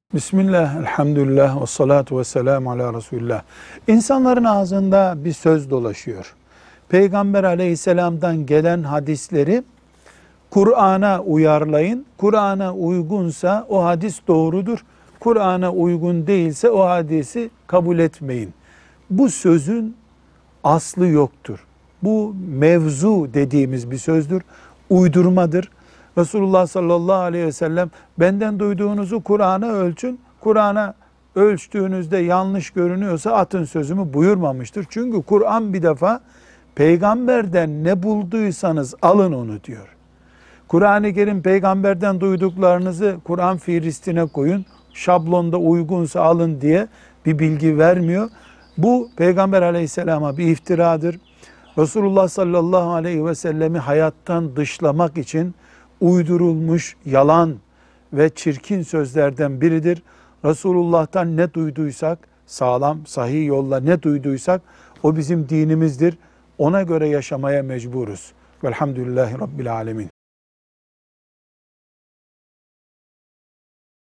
Bismillah, elhamdülillah, ve salatu ve selamu ala Resulullah. İnsanların ağzında bir söz dolaşıyor. Peygamber aleyhisselamdan gelen hadisleri Kur'an'a uyarlayın. Kur'an'a uygunsa o hadis doğrudur. Kur'an'a uygun değilse o hadisi kabul etmeyin. Bu sözün aslı yoktur. Bu mevzu dediğimiz bir sözdür. Uydurmadır. Resulullah sallallahu aleyhi ve sellem benden duyduğunuzu Kur'an'a ölçün. Kur'an'a ölçtüğünüzde yanlış görünüyorsa atın sözümü buyurmamıştır. Çünkü Kur'an bir defa peygamberden ne bulduysanız alın onu diyor. Kur'an-ı Kerim peygamberden duyduklarınızı Kur'an fihristine koyun. Şablonda uygunsa alın diye bir bilgi vermiyor. Bu peygamber aleyhisselama bir iftiradır. Resulullah sallallahu aleyhi ve sellemi hayattan dışlamak için uydurulmuş yalan ve çirkin sözlerden biridir. Resulullah'tan ne duyduysak, sağlam, sahih yolla ne duyduysak o bizim dinimizdir. Ona göre yaşamaya mecburuz. Velhamdülillahi Rabbil alemin.